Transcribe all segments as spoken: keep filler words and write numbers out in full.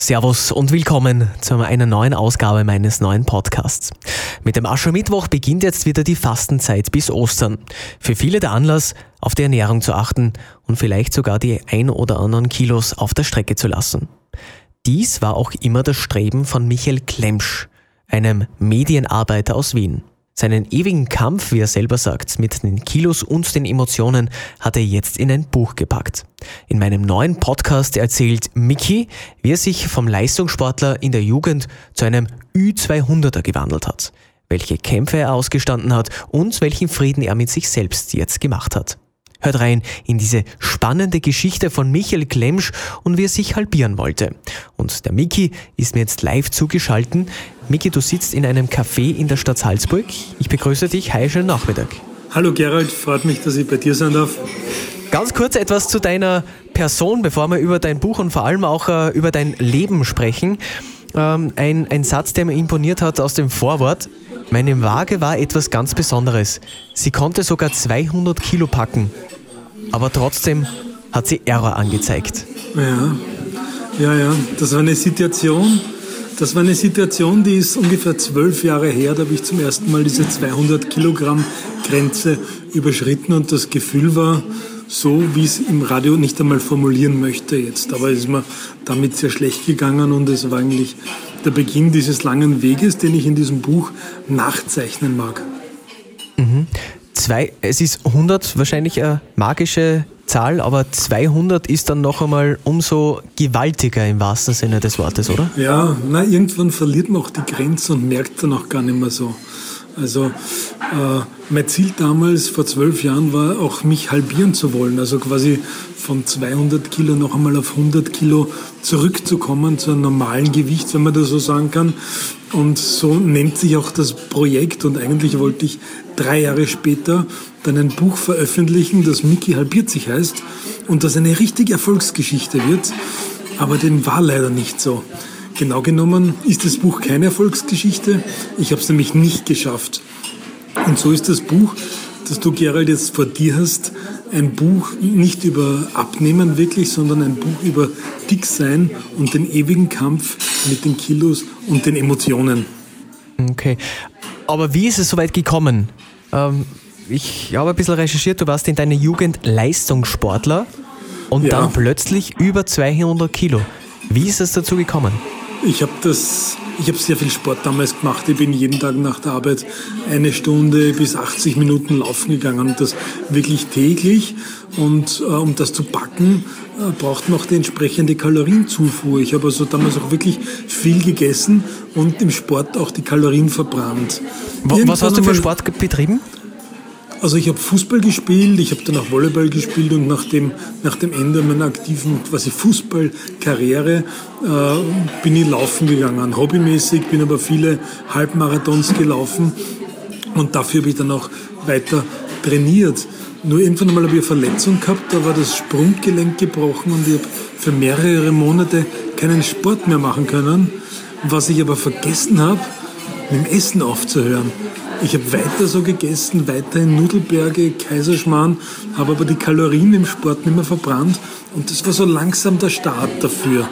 Servus und willkommen zu einer neuen Ausgabe meines neuen Podcasts. Mit dem Aschermittwoch beginnt jetzt wieder die Fastenzeit bis Ostern. Für viele der Anlass, auf die Ernährung zu achten und vielleicht sogar die ein oder anderen Kilos auf der Strecke zu lassen. Dies war auch immer das Streben von Michael Klemsch, einem Medienarbeiter aus Wien. Seinen ewigen Kampf, wie er selber sagt, mit den Kilos und den Emotionen hat er jetzt in ein Buch gepackt. In meinem neuen Podcast erzählt Micky, wie er sich vom Leistungssportler in der Jugend zu einem Ü zweihunderter gewandelt hat, welche Kämpfe er ausgestanden hat und welchen Frieden er mit sich selbst jetzt gemacht hat. Hört rein in diese spannende Geschichte von Michael Klemsch und wie er sich halbieren wollte. Und der Micky ist mir jetzt live zugeschaltet. Micky, du sitzt in einem Café in der Stadt Salzburg. Ich begrüße dich. Hi, schönen Nachmittag. Hallo Gerald, freut mich, dass ich bei dir sein darf. Ganz kurz etwas zu deiner Person, bevor wir über dein Buch und vor allem auch äh, über dein Leben sprechen. Ähm, ein, ein Satz, der mir imponiert hat aus dem Vorwort. Meine Waage war etwas ganz Besonderes. Sie konnte sogar zweihundert Kilo packen. Aber trotzdem hat sie Error angezeigt. Ja, ja, ja. Das war eine Situation, das war eine Situation, die ist ungefähr zwölf Jahre her. Da habe ich zum ersten Mal diese zweihundert Kilogramm Grenze überschritten und das Gefühl war so, wie ich es im Radio nicht einmal formulieren möchte jetzt. Aber es ist mir damit sehr schlecht gegangen und es war eigentlich der Beginn dieses langen Weges, den ich in diesem Buch nachzeichnen mag. Mhm. Zwei, es ist hundert wahrscheinlich eine magische Zahl, aber zweihundert ist dann noch einmal umso gewaltiger im wahrsten Sinne des Wortes, oder? Ja, na, irgendwann verliert man auch die Grenze und merkt dann auch gar nicht mehr so. Also äh, mein Ziel damals, vor zwölf Jahren, war auch mich halbieren zu wollen. Also quasi von zweihundert Kilo noch einmal auf hundert Kilo zurückzukommen zu einem normalen Gewicht, wenn man das so sagen kann. Und so nennt sich auch das Projekt. Und eigentlich wollte ich drei Jahre später dann ein Buch veröffentlichen, das Micky halbiert sich heißt und das eine richtige Erfolgsgeschichte wird. Aber dem war leider nicht so. Genau genommen ist das Buch keine Erfolgsgeschichte. Ich habe es nämlich nicht geschafft. Und so ist das Buch, das du, Gerald, jetzt vor dir hast, ein Buch nicht über Abnehmen wirklich, sondern ein Buch über Dicksein und den ewigen Kampf mit den Kilos und den Emotionen. Okay, aber wie ist es soweit gekommen? Ähm, ich habe ein bisschen recherchiert, du warst in deiner Jugend Leistungssportler und ja. Dann plötzlich über zweihundert Kilo. Wie ist es dazu gekommen? Ich habe das, ich habe sehr viel Sport damals gemacht. Ich bin jeden Tag nach der Arbeit eine Stunde bis achtzig Minuten laufen gegangen und das wirklich täglich. Und äh, um das zu packen, äh, braucht man auch die entsprechende Kalorienzufuhr. Ich habe also damals auch wirklich viel gegessen und im Sport auch die Kalorien verbrannt. Irgendwann Was hast du für Sport betrieben? Also ich habe Fußball gespielt, ich habe dann auch Volleyball gespielt und nach dem, nach dem Ende meiner aktiven quasi Fußballkarriere äh, bin ich laufen gegangen, hobbymäßig, bin aber viele Halbmarathons gelaufen und dafür habe ich dann auch weiter trainiert. Nur irgendwann einmal habe ich eine Verletzung gehabt, da war das Sprunggelenk gebrochen und ich habe für mehrere Monate keinen Sport mehr machen können. Was ich aber vergessen habe, mit dem Essen aufzuhören. Ich habe weiter so gegessen, weiterhin Nudelberge, Kaiserschmarrn, habe aber die Kalorien im Sport nicht mehr verbrannt und das war so langsam der Start dafür.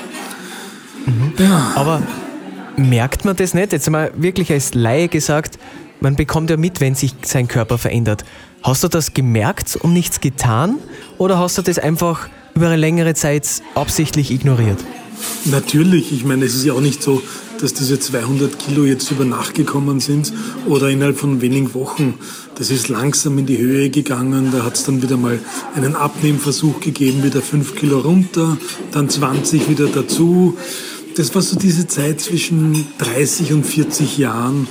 Mhm. Ja. Aber merkt man das nicht? Jetzt einmal wirklich als Laie gesagt, man bekommt ja mit, wenn sich sein Körper verändert. Hast du das gemerkt und nichts getan oder hast du das einfach über eine längere Zeit absichtlich ignoriert? Natürlich, ich meine, es ist ja auch nicht so, dass diese zweihundert Kilo jetzt über Nacht gekommen sind oder innerhalb von wenigen Wochen. Das ist langsam in die Höhe gegangen, da hat es dann wieder mal einen Abnehmversuch gegeben, wieder fünf Kilo runter, dann zwanzig wieder dazu. Das war so diese Zeit zwischen dreißig und vierzig Jahren,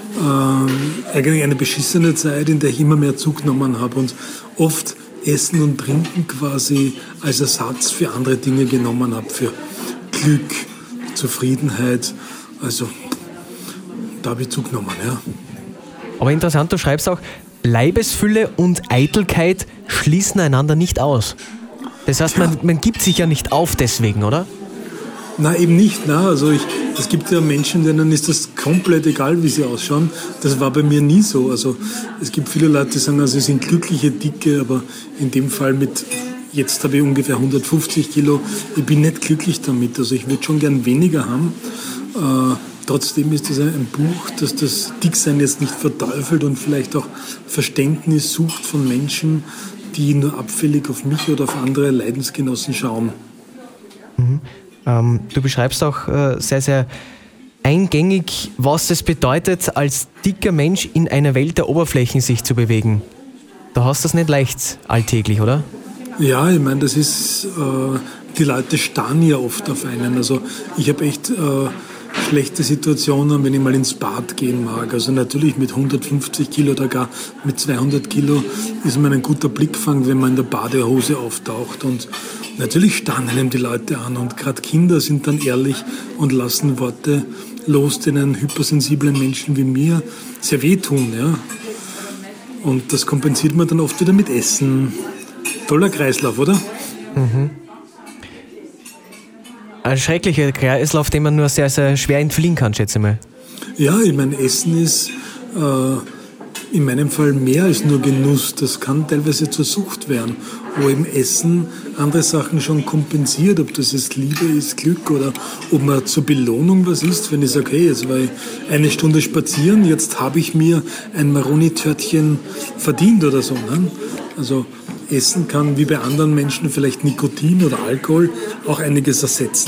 äh, eigentlich eine beschissene Zeit, in der ich immer mehr zugenommen habe und oft Essen und Trinken quasi als Ersatz für andere Dinge genommen habe, für Glück, Zufriedenheit. Also, da habe ich zugenommen, ja. Aber interessant, du schreibst auch, Leibesfülle und Eitelkeit schließen einander nicht aus. Das heißt, man, man gibt sich ja nicht auf deswegen, oder? Na, eben nicht. Na. Also ich, es gibt ja Menschen, denen ist das komplett egal, wie sie ausschauen. Das war bei mir nie so. Also es gibt viele Leute, die sagen, also sie sind glückliche Dicke, aber in dem Fall mit Jetzt habe ich ungefähr hundertfünfzig Kilo. Ich bin nicht glücklich damit. Also ich würde schon gern weniger haben. Äh, trotzdem ist das ein Buch, das das Dicksein jetzt nicht verteufelt und vielleicht auch Verständnis sucht von Menschen, die nur abfällig auf mich oder auf andere Leidensgenossen schauen. Mhm. Ähm, du beschreibst auch äh, sehr, sehr eingängig, was es bedeutet, als dicker Mensch in einer Welt der Oberflächen sich zu bewegen. Da hast du es nicht leicht alltäglich, oder? Ja, ich meine, das ist, äh, die Leute starren ja oft auf einen. Also ich habe echt äh, schlechte Situationen, wenn ich mal ins Bad gehen mag. Also natürlich mit hundertfünfzig Kilo oder gar mit zweihundert Kilo ist man ein guter Blickfang, wenn man in der Badehose auftaucht. Und natürlich starren einem die Leute an. Und gerade Kinder sind dann ehrlich und lassen Worte los, die einen hypersensiblen Menschen wie mir sehr wehtun. Ja? Und das kompensiert man dann oft wieder mit Essen. Toller Kreislauf, oder? Mhm. Ein schrecklicher Kreislauf, den man nur sehr, sehr schwer entfliehen kann, schätze ich mal. Ja, ich meine, Essen ist äh, in meinem Fall mehr als nur Genuss. Das kann teilweise zur Sucht werden, wo eben Essen andere Sachen schon kompensiert, ob das jetzt Liebe ist, Glück oder ob man zur Belohnung was isst. Wenn ich sage, hey, jetzt war ich eine Stunde spazieren, jetzt habe ich mir ein Maroni-Törtchen verdient oder so. Ne? Also Essen kann wie bei anderen Menschen vielleicht Nikotin oder Alkohol auch einiges ersetzen.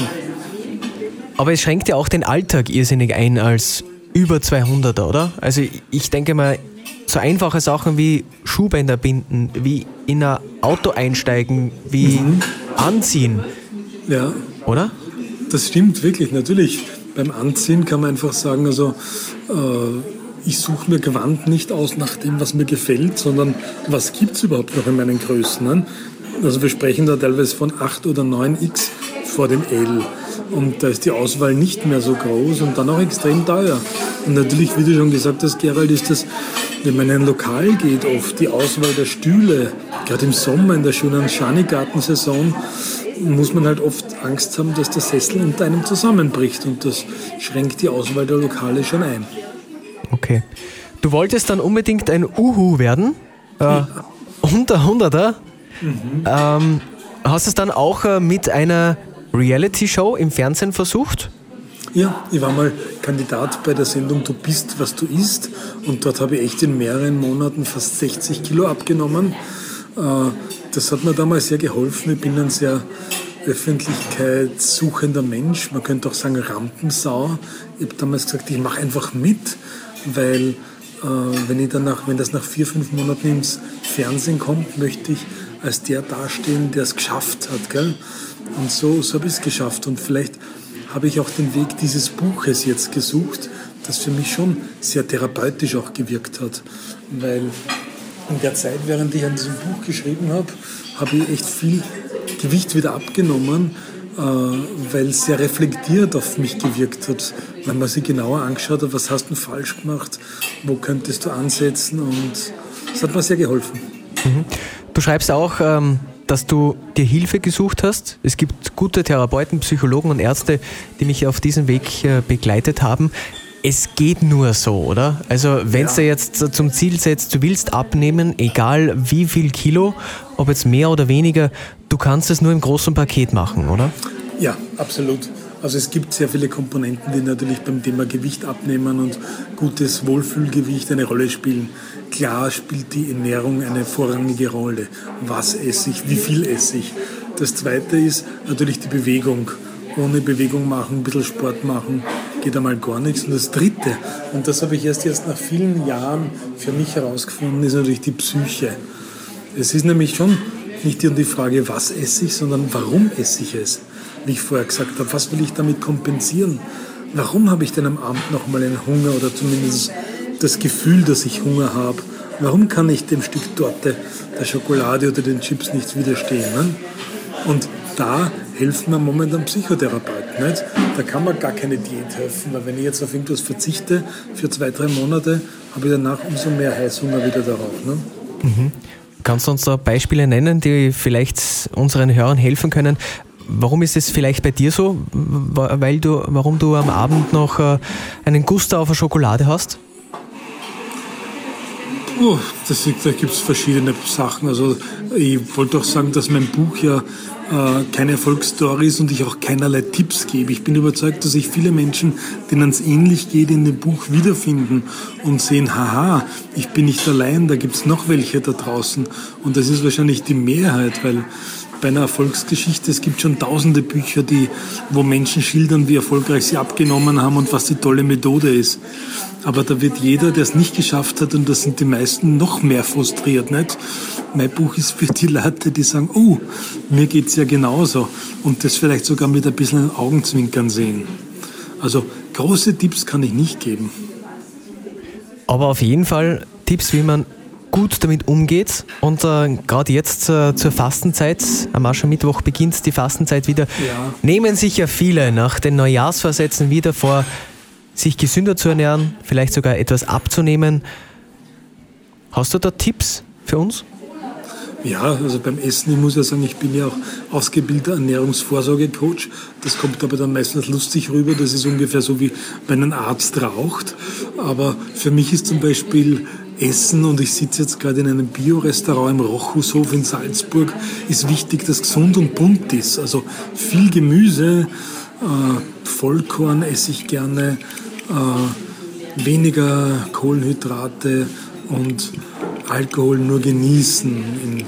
Aber es schränkt ja auch den Alltag irrsinnig ein als über zweihunderter, oder? Also ich denke mal, so einfache Sachen wie Schuhbänder binden, wie in ein Auto einsteigen, wie mhm. anziehen. Ja. Oder? Das stimmt wirklich, natürlich. Beim Anziehen kann man einfach sagen, also äh, ich suche mir Gewand nicht aus nach dem, was mir gefällt, sondern was gibt es überhaupt noch in meinen Größen. Ne? Also wir sprechen da teilweise von acht oder neun X vor dem L. Und da ist die Auswahl nicht mehr so groß und dann auch extrem teuer. Und natürlich, wie du schon gesagt hast, Gerald, ist das, wenn man in ein Lokal geht, oft die Auswahl der Stühle. Gerade im Sommer, in der schönen Schanigartensaison, muss man halt oft Angst haben, dass der Sessel unter einem zusammenbricht. Und das schränkt die Auswahl der Lokale schon ein. Okay. Du wolltest dann unbedingt ein Uhu werden, äh, ja. unter hunderter. Mhm. Ähm, hast du es dann auch äh, mit einer Reality-Show im Fernsehen versucht? Ja, ich war mal Kandidat bei der Sendung Du bist, was du isst. Und dort habe ich echt in mehreren Monaten fast sechzig Kilo abgenommen. Äh, das hat mir damals sehr geholfen. Ich bin ein sehr öffentlichkeitssuchender Mensch. Man könnte auch sagen Rampensau. Ich habe damals gesagt, ich mache einfach mit. Weil äh, wenn, ich dann nach, wenn das nach vier, fünf Monaten ins Fernsehen kommt, möchte ich als der dastehen, der es geschafft hat. Gell? Und so, so habe ich es geschafft. Und vielleicht habe ich auch den Weg dieses Buches jetzt gesucht, das für mich schon sehr therapeutisch auch gewirkt hat. Weil in der Zeit, während ich an diesem Buch geschrieben habe, habe ich echt viel Gewicht wieder abgenommen, weil es sehr reflektiert auf mich gewirkt hat, wenn man sich genauer angeschaut hat, was hast du falsch gemacht, wo könntest du ansetzen, und das hat mir sehr geholfen. Mhm. Du schreibst auch, dass du dir Hilfe gesucht hast. Es gibt gute Therapeuten, Psychologen und Ärzte, die mich auf diesem Weg begleitet haben. Es geht nur so, oder? Also wenn ja. du jetzt zum Ziel setzt, du willst abnehmen, egal wie viel Kilo, ob jetzt mehr oder weniger, du kannst es nur im großen Paket machen, oder? Ja, absolut. Also es gibt sehr viele Komponenten, die natürlich beim Thema Gewicht abnehmen und gutes Wohlfühlgewicht eine Rolle spielen. Klar spielt die Ernährung eine vorrangige Rolle. Was esse ich, wie viel esse ich? Das Zweite ist natürlich die Bewegung. Ohne Bewegung machen, ein bisschen Sport machen, geht einmal gar nichts. Und das Dritte, und das habe ich erst jetzt nach vielen Jahren für mich herausgefunden, ist natürlich die Psyche. Es ist nämlich schon nicht nur die Frage, was esse ich, sondern warum esse ich es? Wie ich vorher gesagt habe, was will ich damit kompensieren? Warum habe ich denn am Abend nochmal einen Hunger oder zumindest das Gefühl, dass ich Hunger habe? Warum kann ich dem Stück Torte, der Schokolade oder den Chips nicht widerstehen? Ne? Und da hilft mir momentan Psychotherapeuten. Nicht? Da kann man gar keine Diät helfen, weil wenn ich jetzt auf irgendwas verzichte für zwei, drei Monate, habe ich danach umso mehr Heißhunger wieder darauf. Ne? Mhm. Kannst du uns da Beispiele nennen, die vielleicht unseren Hörern helfen können? Warum ist es vielleicht bei dir so, weil du, warum du am Abend noch einen Guster auf eine Schokolade hast? Oh, das, da gibt es verschiedene Sachen. Also ich wollte auch sagen, dass mein Buch ja äh, keine Erfolgsstory ist und ich auch keinerlei Tipps gebe. Ich bin überzeugt, dass sich viele Menschen, denen es ähnlich geht, in dem Buch wiederfinden und sehen, haha, ich bin nicht allein, da gibt es noch welche da draußen. Und das ist wahrscheinlich die Mehrheit, weil bei einer Erfolgsgeschichte, es gibt schon tausende Bücher, die, wo Menschen schildern, wie erfolgreich sie abgenommen haben und was die tolle Methode ist. Aber da wird jeder, der es nicht geschafft hat, und das sind die meisten, noch mehr frustriert, nicht? Mein Buch ist für die Leute, die sagen, oh, mir geht's ja genauso. Und das vielleicht sogar mit ein bisschen Augenzwinkern sehen. Also große Tipps kann ich nicht geben. Aber auf jeden Fall Tipps, wie man gut damit umgeht. Und äh, gerade jetzt äh, zur Fastenzeit, am Aschermittwoch beginnt die Fastenzeit wieder, ja. Nehmen sich ja viele nach den Neujahrsvorsätzen wieder vor, sich gesünder zu ernähren, vielleicht sogar etwas abzunehmen. Hast du da Tipps für uns? Ja, also beim Essen, ich muss ja sagen, ich bin ja auch ausgebildeter Ernährungsvorsorgecoach. Das kommt aber dann meistens lustig rüber. Das ist ungefähr so, wie wenn ein Arzt raucht. Aber für mich ist zum Beispiel Essen, und ich sitze jetzt gerade in einem Bio-Restaurant im Rochushof in Salzburg, ist wichtig, dass gesund und bunt ist. Also viel Gemüse, äh, Vollkorn esse ich gerne, äh, weniger Kohlenhydrate und Alkohol nur genießen in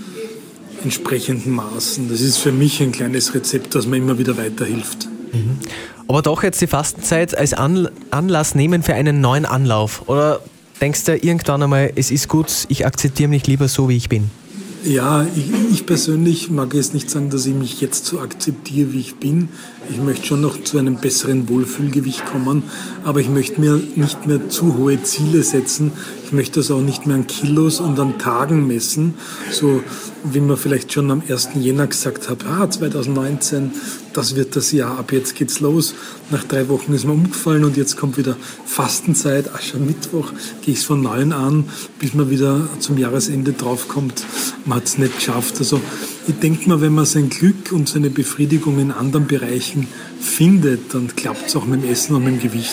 entsprechenden Maßen. Das ist für mich ein kleines Rezept, das mir immer wieder weiterhilft. Mhm. Aber doch jetzt die Fastenzeit als Anlass nehmen für einen neuen Anlauf? Oder denkst du irgendwann einmal, es ist gut, ich akzeptiere mich lieber so, wie ich bin? Ja, ich, ich persönlich mag jetzt nicht sagen, dass ich mich jetzt so akzeptiere, wie ich bin. Ich möchte schon noch zu einem besseren Wohlfühlgewicht kommen, aber ich möchte mir nicht mehr zu hohe Ziele setzen. Ich möchte das auch nicht mehr an Kilos und an Tagen messen, so wie man vielleicht schon am ersten Jänner gesagt hat, ah, zwanzig neunzehn, das wird das Jahr, ab jetzt geht's los. Nach drei Wochen ist man umgefallen und jetzt kommt wieder Fastenzeit, Aschermittwoch, gehe ich es von Neuem an, bis man wieder zum Jahresende draufkommt, man hat es nicht geschafft. Also ich denke mal, wenn man sein Glück und seine Befriedigung in anderen Bereichen findet, dann klappt es auch mit dem Essen und mit dem Gewicht.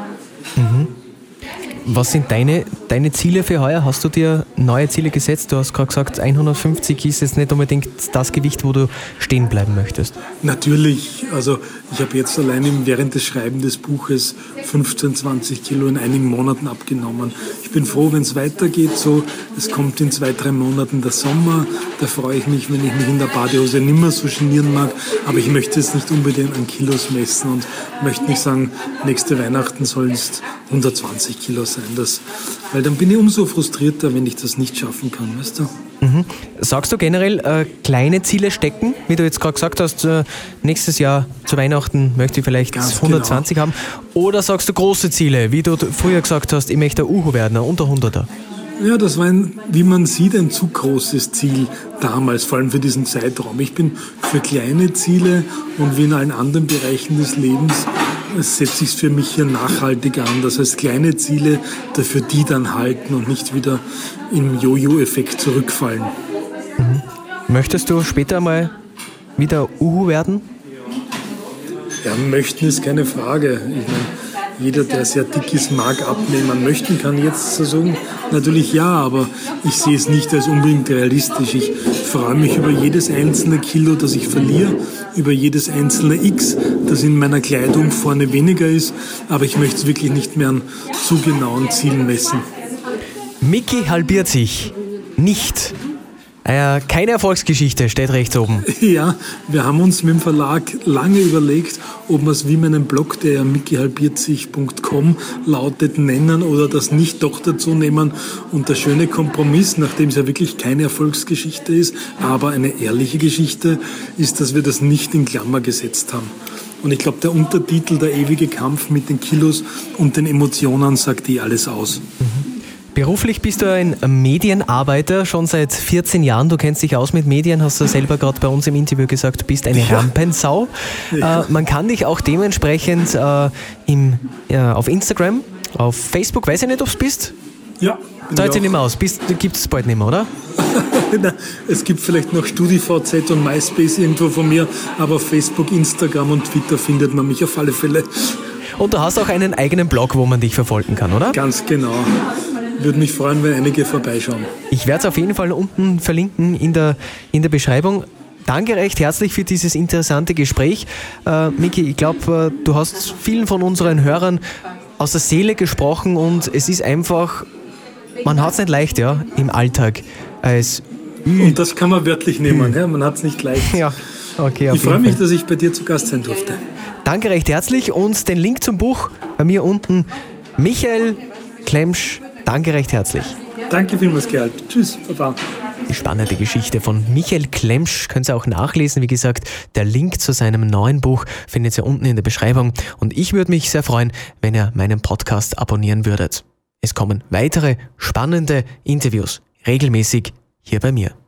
Mhm. Was sind deine, deine Ziele für heuer? Hast du dir neue Ziele gesetzt? Du hast gerade gesagt, hundertfünfzig ist jetzt nicht unbedingt das Gewicht, wo du stehen bleiben möchtest. Natürlich. Also ich habe jetzt allein während des Schreibens des Buches fünfzehn, zwanzig Kilo in einigen Monaten abgenommen. Ich bin froh, wenn es weitergeht so. Es kommt in zwei, drei Monaten der Sommer. Da freue ich mich, wenn ich mich in der Badehose nicht mehr so genieren mag. Aber ich möchte es nicht unbedingt an Kilos messen und möchte nicht sagen, nächste Weihnachten sollen es hundertzwanzig Kilo sein. Das, weil dann bin ich umso frustrierter, wenn ich das nicht schaffen kann, weißt du? Mhm. Sagst du generell äh, kleine Ziele stecken, wie du jetzt gerade gesagt hast, äh, nächstes Jahr zu Weihnachten möchte ich vielleicht Ganz hundertzwanzig genau. haben? Oder sagst du große Ziele, wie du früher gesagt hast, ich möchte ein Uhu werden, ein unter hunderter? Ja, das war, ein, wie man sieht, ein zu großes Ziel damals, vor allem für diesen Zeitraum. Ich bin für kleine Ziele und wie in allen anderen Bereichen des Lebens setze ich es für mich hier nachhaltig an. Das heißt, kleine Ziele, dafür die dann halten und nicht wieder im Jojo-Effekt zurückfallen. Mhm. Möchtest du später mal wieder Uhu werden? Ja, möchten ist keine Frage. Ich meine, jeder, der sehr dick ist, mag abnehmen möchten, kann jetzt so sagen, natürlich ja, aber ich sehe es nicht als unbedingt realistisch. Ich freue mich über jedes einzelne Kilo, das ich verliere, über jedes einzelne X, das in meiner Kleidung vorne weniger ist, aber ich möchte es wirklich nicht mehr an zu genauen Zielen messen. Micky halbiert sich nicht. Äh, keine Erfolgsgeschichte, steht rechts oben. Ja, wir haben uns mit dem Verlag lange überlegt, ob wir es wie meinen Blog, der ja micky halbiert sich punkt com lautet, nennen oder das nicht doch dazu nehmen. Und der schöne Kompromiss, nachdem es ja wirklich keine Erfolgsgeschichte ist, aber eine ehrliche Geschichte, ist, dass wir das nicht in Klammer gesetzt haben. Und ich glaube, der Untertitel, der ewige Kampf mit den Kilos und den Emotionen, sagt eh alles aus. Mhm. Beruflich bist du ein Medienarbeiter, schon seit vierzehn Jahren. Du kennst dich aus mit Medien, hast du selber gerade bei uns im Interview gesagt, du bist eine ja. Rampensau. Ja. Äh, man kann dich auch dementsprechend äh, im, äh, auf Instagram, auf Facebook, weiß ich nicht, ob du bist? Ja. Zahlt sich nicht mehr aus, gibt es bald nicht mehr, oder? Nein, es gibt vielleicht noch StudiVZ und MySpace irgendwo von mir, aber auf Facebook, Instagram und Twitter findet man mich auf alle Fälle. Und du hast auch einen eigenen Blog, wo man dich verfolgen kann, oder? Ganz genau. würde mich freuen, wenn einige vorbeischauen. Ich werde es auf jeden Fall unten verlinken in der, in der Beschreibung. Danke recht herzlich für dieses interessante Gespräch. Äh, Miki, ich glaube, äh, du hast vielen von unseren Hörern aus der Seele gesprochen und es ist einfach, man hat es nicht leicht, ja, im Alltag als Ü- Und das kann man wörtlich nehmen, ja, man hat es nicht leicht. Ja, okay. auf Ich freue jeden mich, Fall. dass ich bei dir zu Gast sein durfte. Danke recht herzlich und den Link zum Buch bei mir unten. Michael Klemsch, danke recht herzlich. Danke vielmals, Gerald. Tschüss, Baba. Die spannende Geschichte von Michael Klemsch könnt ihr auch nachlesen. Wie gesagt, der Link zu seinem neuen Buch findet ihr unten in der Beschreibung. Und ich würde mich sehr freuen, wenn ihr meinen Podcast abonnieren würdet. Es kommen weitere spannende Interviews regelmäßig hier bei mir.